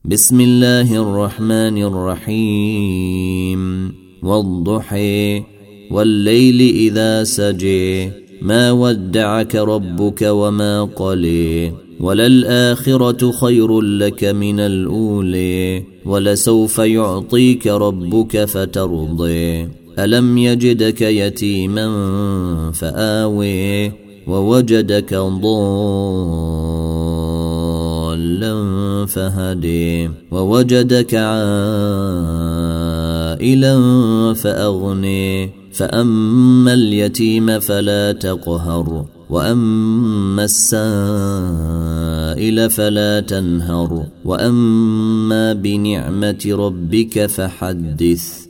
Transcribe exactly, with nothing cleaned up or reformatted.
بسم الله الرحمن الرحيم والضحى والليل إذا سجى ما ودعك ربك وما قلى وللآخرة خير لك من الأولى ولسوف يعطيك ربك فترضى ألم يجدك يتيما فآوى ووجدك ضالا فهدي ووجدك عائلا فأغني فأما اليتيم فلا تقهر وأما السائل فلا تنهر وأما بنعمة ربك فحدث.